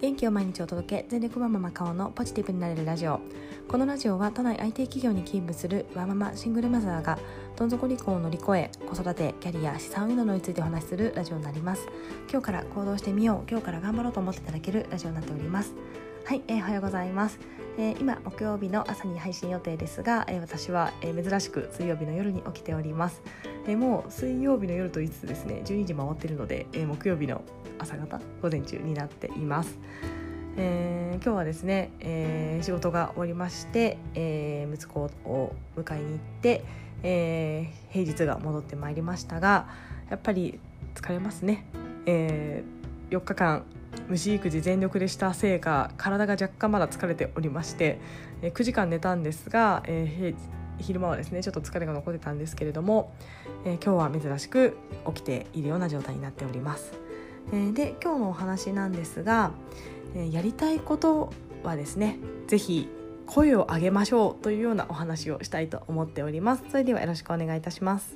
元気を毎日お届け、全力マママカオのポジティブになれるラジオ。このラジオは都内 IT 企業に勤務するワーママシングルマザーがどん底離婚を乗り越え、子育て、キャリア、資産運用などについてお話しするラジオになります。今日から行動してみよう、今日から頑張ろうと思っていただけるラジオになっております。はい、おはようございます。今木曜日の朝に配信予定ですが、私は、珍しく水曜日の夜に起きております。もう水曜日の夜と言いつつですね、12時回っているので、木曜日の朝方、午前中になっています。今日はですね、仕事が終わりまして、息子を迎えに行って、平日が戻ってまいりましたが、やっぱり疲れますね。4日間虫育児全力でしたせいか、体が若干まだ疲れておりまして、9時間寝たんですが、昼間はですねちょっと疲れが残ってたんですけれども、今日は珍しく起きているような状態になっております。で、今日のお話なんですが、やりたいことはですね、ぜひ声を上げましょうというようなお話をしたいと思っております。それではよろしくお願いいたします。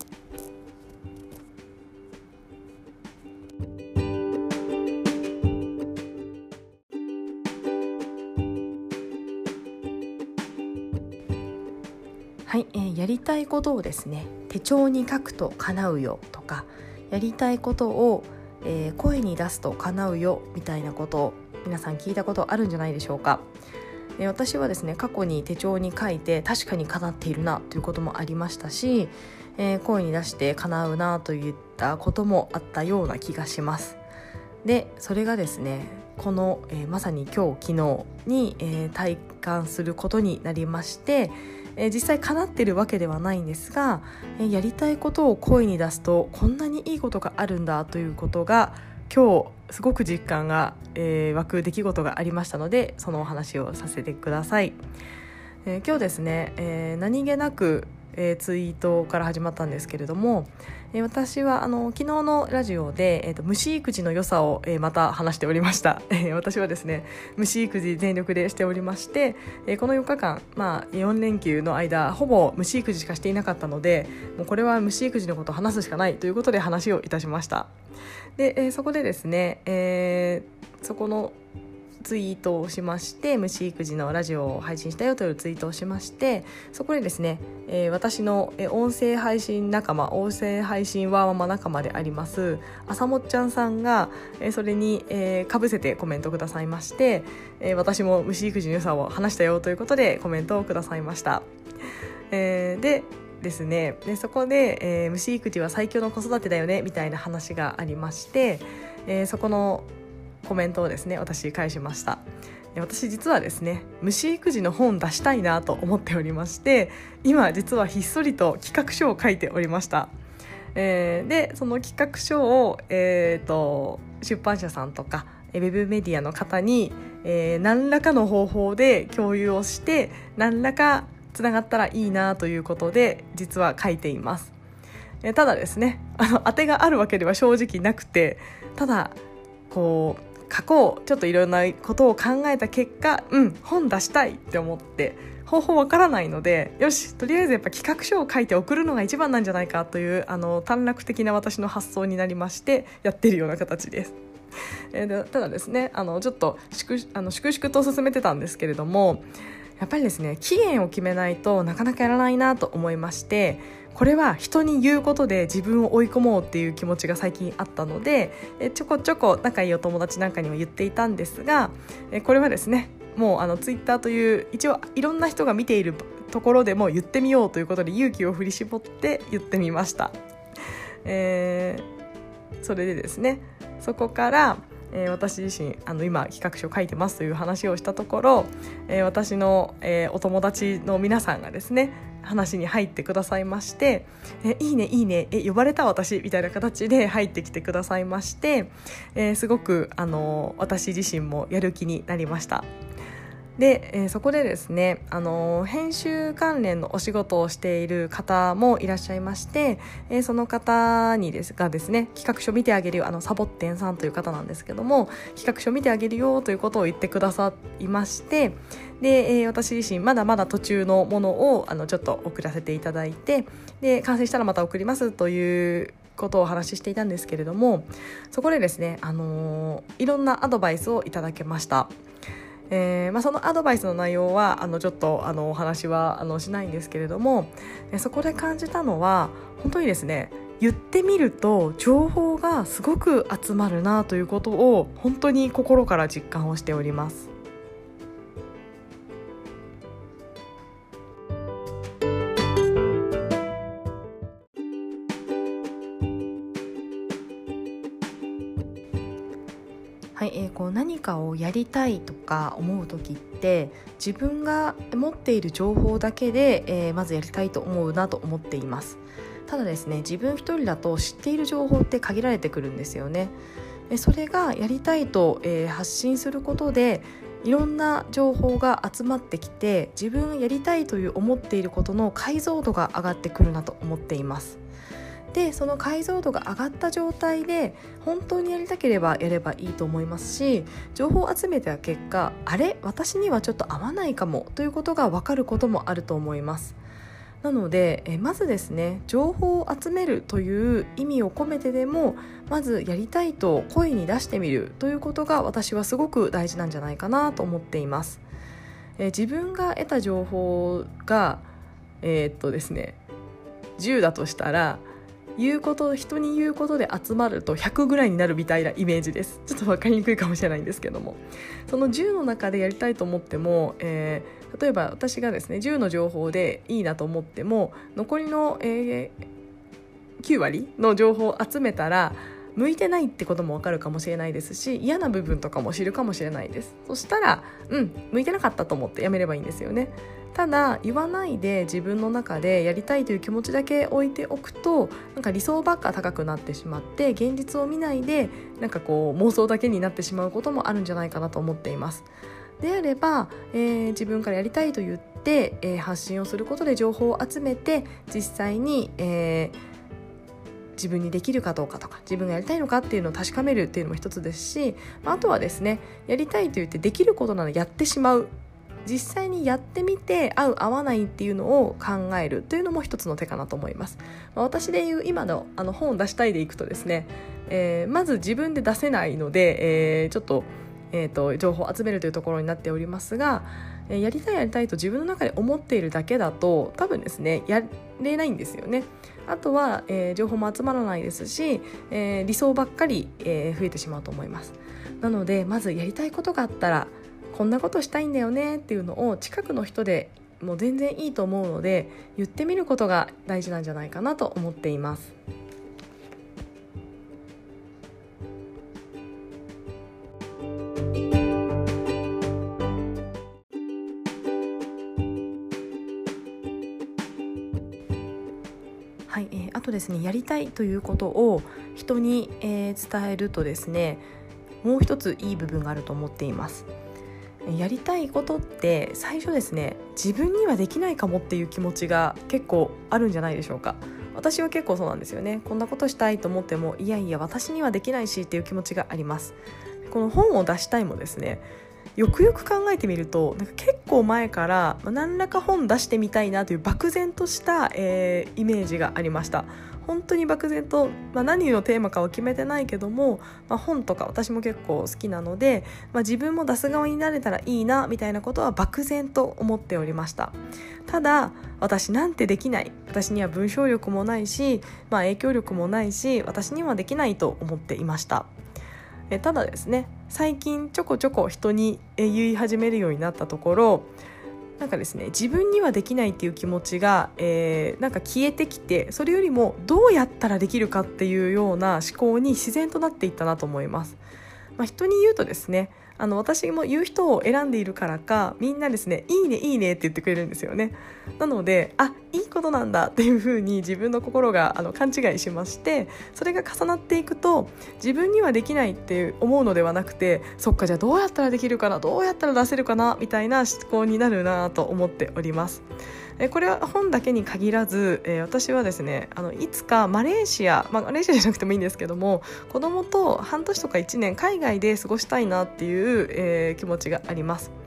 はい、やりたいことをですね、手帳に書くと叶うよとか、やりたいことを、声に出すと叶うよみたいなことを皆さん聞いたことあるんじゃないでしょうか。私はですね、過去に手帳に書いて確かに叶っているなということもありましたし、声に出して叶うなといったこともあったような気がします。で、それがですね、この、まさに今日昨日に、体感することになりまして、実際叶ってるわけではないんですが、やりたいことを声に出すとこんなにいいことがあるんだということが今日すごく実感が、湧く出来事がありましたので、そのお話をさせてください。今日ですね、何気なく、ツイートから始まったんですけれども、私は昨日のラジオで、虫育児の良さを、また話しておりました。私はですね、虫育児全力でしておりまして、この4日間、4連休の間ほぼ虫育児しかしていなかったので、もうこれは虫育児のことを話すしかないということで話をいたしました。で、そこでですね、そこのツイートをしまして、虫育児のラジオを配信したよというツイートをしまして、そこでですね、私の音声配信ワーママ仲間でありますあさもっちゃんさんがそれにかぶせてコメントくださいまして、私も虫育児の良さを話したよということでコメントをくださいました。でですね、そこで、虫育児は最強の子育てだよねみたいな話がありまして、そこのコメントをですね、私返しました。私実はですね、虫育児の本出したいなと思っておりまして、今実はひっそりと企画書を書いておりました。で、その企画書を、出版社さんとかウェブメディアの方に、何らかの方法で共有をして、何らかつながったらいいなということで実は書いています。ただですね、当てがあるわけでは正直なくて、ただこう書こう、ちょっといろんなことを考えた結果、本出したいって思って、方法わからないので、よし、とりあえずやっぱ企画書を書いて送るのが一番なんじゃないかという短絡的な私の発想になりまして、やってるような形です。ただですね、ちょっと粛々と進めてたんですけれども、やっぱりですね、期限を決めないとなかなかやらないなと思いまして、これは人に言うことで自分を追い込もうっていう気持ちが最近あったので、ちょこちょこ仲いいお友達なんかにも言っていたんですが、これはですね、もうツイッターという一応いろんな人が見ているところでも言ってみようということで勇気を振り絞って言ってみました。それでですね、そこから私自身今企画書書いてますという話をしたところ、私の、お友達の皆さんがですね話に入ってくださいまして、いいねいいね、呼ばれた私みたいな形で入ってきてくださいまして、すごく私自身もやる気になりました。で、そこでですね、編集関連のお仕事をしている方もいらっしゃいまして、その方にがですね、企画書見てあげるよ、サボッテンさんという方なんですけども、企画書見てあげるよということを言ってくださいまして、で、私自身まだまだ途中のものをちょっと送らせていただいて、で完成したらまた送りますということをお話ししていたんですけれども、そこでですね、いろんなアドバイスをいただけました。そのアドバイスの内容はちょっとお話はしないんですけれども、そこで感じたのは本当にですね、言ってみると情報がすごく集まるなということを本当に心から実感をしております。はい、何かをやりたいとか思う時って自分が持っている情報だけで、まずやりたいと思うなと思っています。ただですね、自分一人だと知っている情報って限られてくるんですよね。それがやりたいと、発信することでいろんな情報が集まってきて、自分がやりたいという思っていることの解像度が上がってくるなと思っています。でその解像度が上がった状態で本当にやりたければやればいいと思いますし、情報を集めた結果、あれ私にはちょっと合わないかもということが分かることもあると思います。なのでまずですね、情報を集めるという意味を込めてでもまずやりたいと声に出してみるということが私はすごく大事なんじゃないかなと思っています。自分が得た情報がですね10だとしたら、人に言うことで集まると100ぐらいになるみたいなイメージです。ちょっと分かりにくいかもしれないんですけども、その10の中でやりたいと思っても、例えば私がですね10の情報でいいなと思っても残りの、9割の情報を集めたら向いてないってことも分かるかもしれないですし、嫌な部分とかも知るかもしれないです。そしたら向いてなかったと思ってやめればいいんですよね。ただ言わないで自分の中でやりたいという気持ちだけ置いておくと、なんか理想ばっか高くなってしまって現実を見ないでなんか妄想だけになってしまうこともあるんじゃないかなと思っています。であれば、自分からやりたいと言って、発信をすることで情報を集めて実際に、自分にできるかどうかとか自分がやりたいのかっていうのを確かめるっていうのも一つですし、あとはですね、やりたいと言ってできることならやってしまう、実際にやってみて合う合わないっていうのを考えるというのも一つの手かなと思います。私でいう今の本を出したいでいくとですね、まず自分で出せないので、ちょっと情報を集めるというところになっておりますが、やりたいと自分の中で思っているだけだと多分ですねやれないんですよね。あとは、情報も集まらないですし、理想ばっかり、増えてしまうと思います。なのでまずやりたいことがあったらこんなことしたいんだよねっていうのを近くの人でもう全然いいと思うので言ってみることが大事なんじゃないかなと思っています。はい、あとですね、やりたいということを人に、伝えるとですね、もう一ついい部分があると思っています。やりたいことって最初ですね、自分にはできないかもっていう気持ちが結構あるんじゃないでしょうか。私は結構そうなんですよね。こんなことしたいと思ってもいやいや私にはできないしっていう気持ちがあります。この本を出したいもですね、よくよく考えてみるとなんか結構前から何らか本出してみたいなという漠然とした、イメージがありました。本当に漠然と、何のテーマかは決めてないけども、本とか私も結構好きなので、自分も出す側になれたらいいなみたいなことは漠然と思っておりました。ただ私なんてできない、私には文章力もないし、影響力もないし私にはできないと思っていました。ただですね、最近ちょこちょこ人に言い始めるようになったところ、なんかですね、自分にはできないっていう気持ちが、なんか消えてきて、それよりもどうやったらできるかっていうような思考に自然となっていったなと思います。人に言うとですね、私も言う人を選んでいるからか、みんなですね、いいねいいねって言ってくれるんですよね。なので、いいことなんだっていう風に自分の心が勘違いしまして、それが重なっていくと自分にはできないって思うのではなくて、そっか、じゃあどうやったらできるかな、どうやったら出せるかなみたいな思考になるなと思っております。これは本だけに限らず、私はですね、いつかマレーシアじゃなくてもいいんですけども、子供と半年とか1年海外で過ごしたいなっていう、気持ちがあります。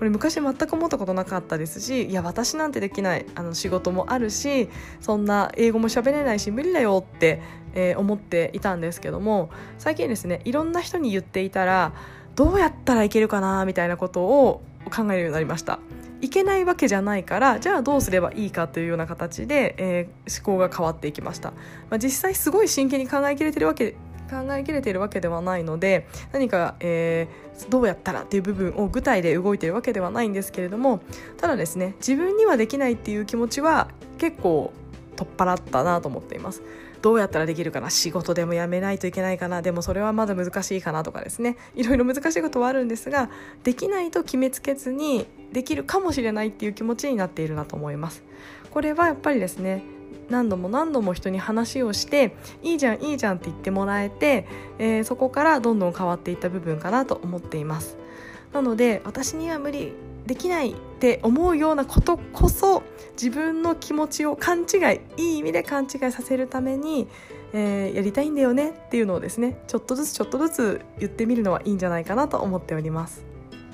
これ昔全く思ったことなかったですし、いや私なんてできない、仕事もあるし、そんな英語も喋れないし無理だよって、思っていたんですけども、最近ですねいろんな人に言っていたらどうやったらいけるかなみたいなことを考えるようになりました。いけないわけじゃないから、じゃあどうすればいいかというような形で、思考が変わっていきました。実際すごい真剣に考えきれているわけではないので、何か、どうやったらっていう部分を具体で動いているわけではないんですけれども、ただですね自分にはできないっていう気持ちは結構取っ払ったなと思っています。どうやったらできるかな、仕事でも辞めないといけないかな、でもそれはまだ難しいかなとかですね、いろいろ難しいことはあるんですが、できないと決めつけずにできるかもしれないっていう気持ちになっているなと思います。これはやっぱりですね何度も人に話をしていいじゃんって言ってもらえて、そこからどんどん変わっていった部分かなと思っています。なので私には無理できないって思うようなことこそ自分の気持ちをいい意味で勘違いさせるために、やりたいんだよねっていうのをですねちょっとずつ言ってみるのはいいんじゃないかなと思っております。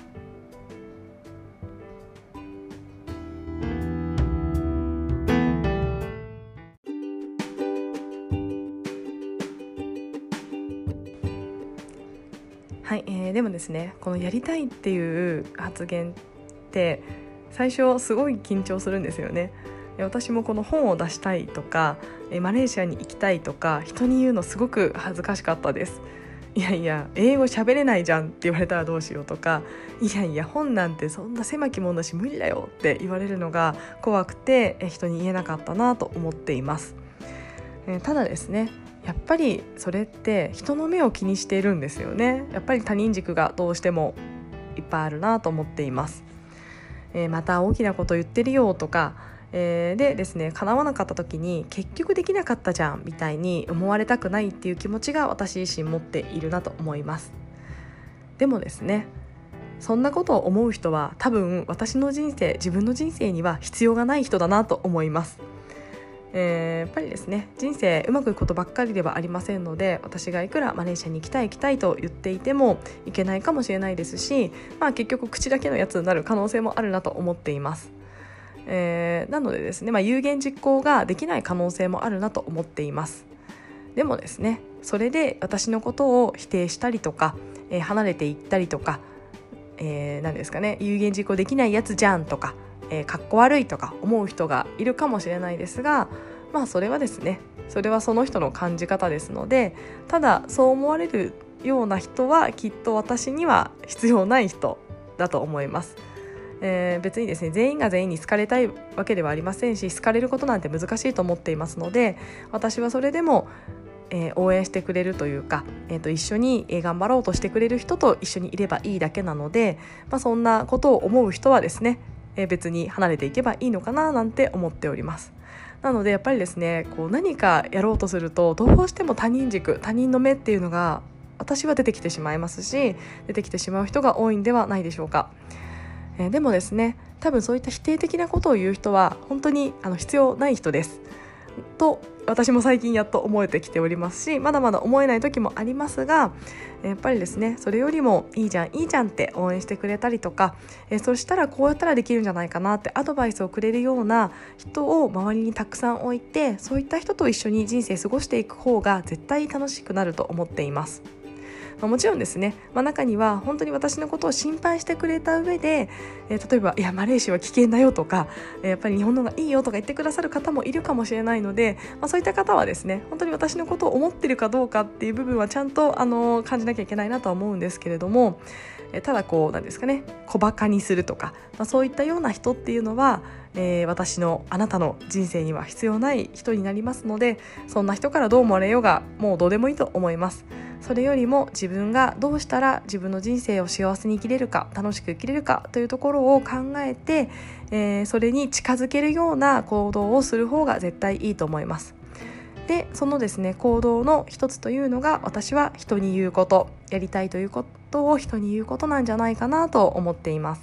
はい、でもですねこのやりたいっていう発言って最初すごい緊張するんですよね。私もこの本を出したいとかマレーシアに行きたいとか人に言うのすごく恥ずかしかったです。いやいや英語喋れないじゃんって言われたらどうしようとか、いやいや本なんてそんな狭き門だし無理だよって言われるのが怖くて人に言えなかったなと思っています。ただですねやっぱりそれって人の目を気にしているんですよね。やっぱり他人軸がどうしてもいっぱいあるなと思っています。また大きなこと言ってるよとか、でですね叶わなかった時に結局できなかったじゃんみたいに思われたくないっていう気持ちが私自身持っているなと思います。でもですねそんなことを思う人は多分自分の人生には必要がない人だなと思います。やっぱりですね人生うまくいくことばっかりではありませんので、私がいくらマレーシアに行きたいと言っていても行けないかもしれないですし、結局口だけのやつになる可能性もあるなと思っています。なのでですね、有言実行ができない可能性もあるなと思っています。でもですねそれで私のことを否定したりとか、離れていったりとか、何ですかね有言実行できないやつじゃんとか、かっこ悪いとか思う人がいるかもしれないですが、それはですねそれはその人の感じ方ですので、ただそう思われるような人はきっと私には必要ない人だと思います。別にですね全員が全員に好かれたいわけではありませんし、好かれることなんて難しいと思っていますので、私はそれでも応援してくれるというか、一緒に頑張ろうとしてくれる人と一緒にいればいいだけなので、そんなことを思う人はですね別に離れていけばいいのかななんて思っております。なのでやっぱりですね何かやろうとするとどうしても他人の目っていうのが私は出てきてしまいますし、出てきてしまう人が多いんではないでしょうか。でもですね多分そういった否定的なことを言う人は本当に必要ない人ですと私も最近やっと思えてきておりますし、まだまだ思えない時もありますが、やっぱりですねそれよりもいいじゃんって応援してくれたりとか、そしたらこうやったらできるんじゃないかなってアドバイスをくれるような人を周りにたくさん置いて、そういった人と一緒に人生過ごしていく方が絶対楽しくなると思っています。もちろんですね、中には本当に私のことを心配してくれた上で、例えばいやマレーシアは危険だよとか、やっぱり日本の方がいいよとか言ってくださる方もいるかもしれないので、そういった方はですね本当に私のことを思ってるかどうかっていう部分はちゃんと感じなきゃいけないなとは思うんですけれども、ただなんですかね小バカにするとか、そういったような人っていうのは、あなたの人生には必要ない人になりますので、そんな人からどう思われようがもうどうでもいいと思います。それよりも自分がどうしたら自分の人生を幸せに生きれるか、楽しく生きれるかというところを考えて、それに近づけるような行動をする方が絶対いいと思います。でそのですね行動の一つというのが、私は人に言うこと、やりたいということを人に言うことなんじゃないかなと思っています。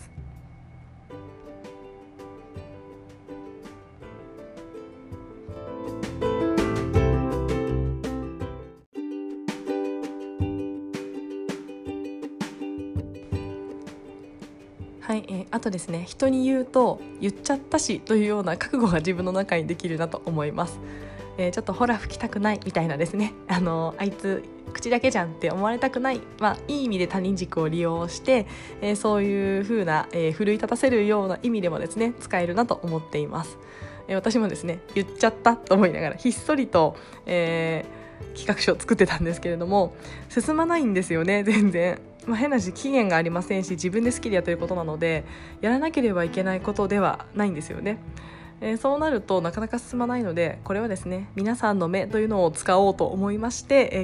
はい、あとですね、人に言うと言っちゃったしというような覚悟が自分の中にできるなと思います。ちょっとほら吹きたくないみたいなですね、あいつ口だけじゃんって思われたくない、いい意味で他人軸を利用して、そういう風な、奮い立たせるような意味でもですね使えるなと思っています。私もですね言っちゃったと思いながらひっそりと、企画書を作ってたんですけれども、進まないんですよね全然。変なし期限がありませんし、自分で好きでやってることなのでやらなければいけないことではないんですよね。そうなるとなかなか進まないので、これはですね皆さんの目というのを使おうと思いまして、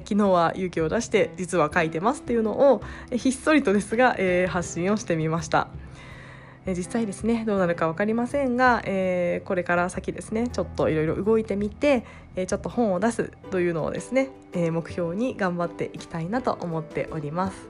昨日は勇気を出して実は書いてますっていうのを、ひっそりとですが、発信をしてみました。実際ですねどうなるか分かりませんが、これから先ですねちょっといろいろ動いてみて、ちょっと本を出すというのをですね、目標に頑張っていきたいなと思っております。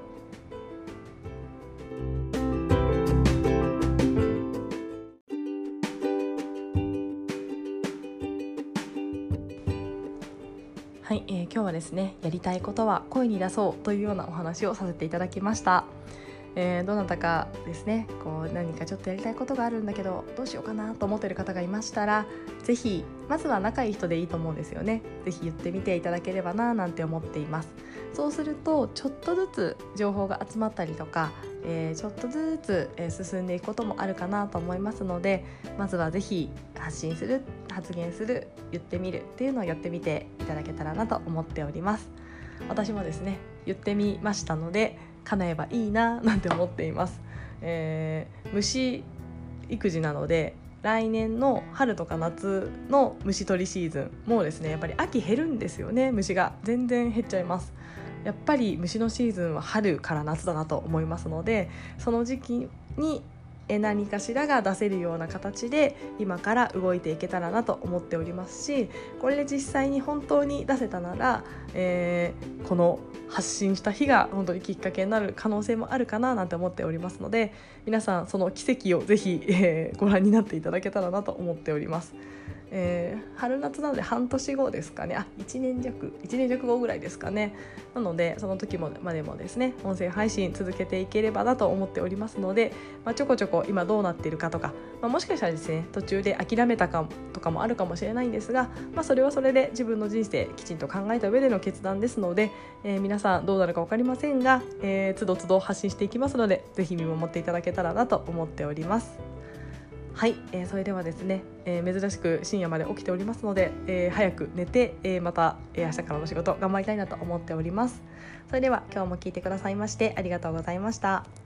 はい、今日はですねやりたいことは声に出そうというようなお話をさせていただきました。どなたかですね何かちょっとやりたいことがあるんだけどどうしようかなと思っている方がいましたら、ぜひまずは仲いい人でいいと思うんですよね。ぜひ言ってみていただければななんて思っています。そうするとちょっとずつ情報が集まったりとか、ちょっとずつ、進んでいくこともあるかなと思いますので、まずはぜひ発信する、発言する、言ってみるっていうのをやってみていただけたらなと思っております。私もですね言ってみましたので叶えばいいななんて思っています。虫育児なので来年の春とか夏の虫取りシーズンもうですねやっぱり秋減るんですよね。虫が全然減っちゃいます。やっぱり虫のシーズンは春から夏だなと思いますので、その時期に何かしらが出せるような形で今から動いていけたらなと思っておりますし、これで実際に本当に出せたなら、この発信した日が本当にきっかけになる可能性もあるかななんて思っておりますので、皆さんその奇跡をぜひ、ご覧になっていただけたらなと思っております。春夏なので半年後ですかね、1年弱後ぐらいですかね。なのでその時までもですね音声配信続けていければなと思っておりますので、ちょこちょこ今どうなっているかとか、もしかしたらですね途中で諦めたかとかもあるかもしれないんですが、それはそれで自分の人生きちんと考えた上での決断ですので、皆さんどうなるか分かりませんが、都度都度発信していきますので、ぜひ見守っていただけたらなと思っております。はい、それではですね、珍しく深夜まで起きておりますので、早く寝て、また、明日からの仕事頑張りたいなと思っております。それでは今日も聞いてくださいましてありがとうございました。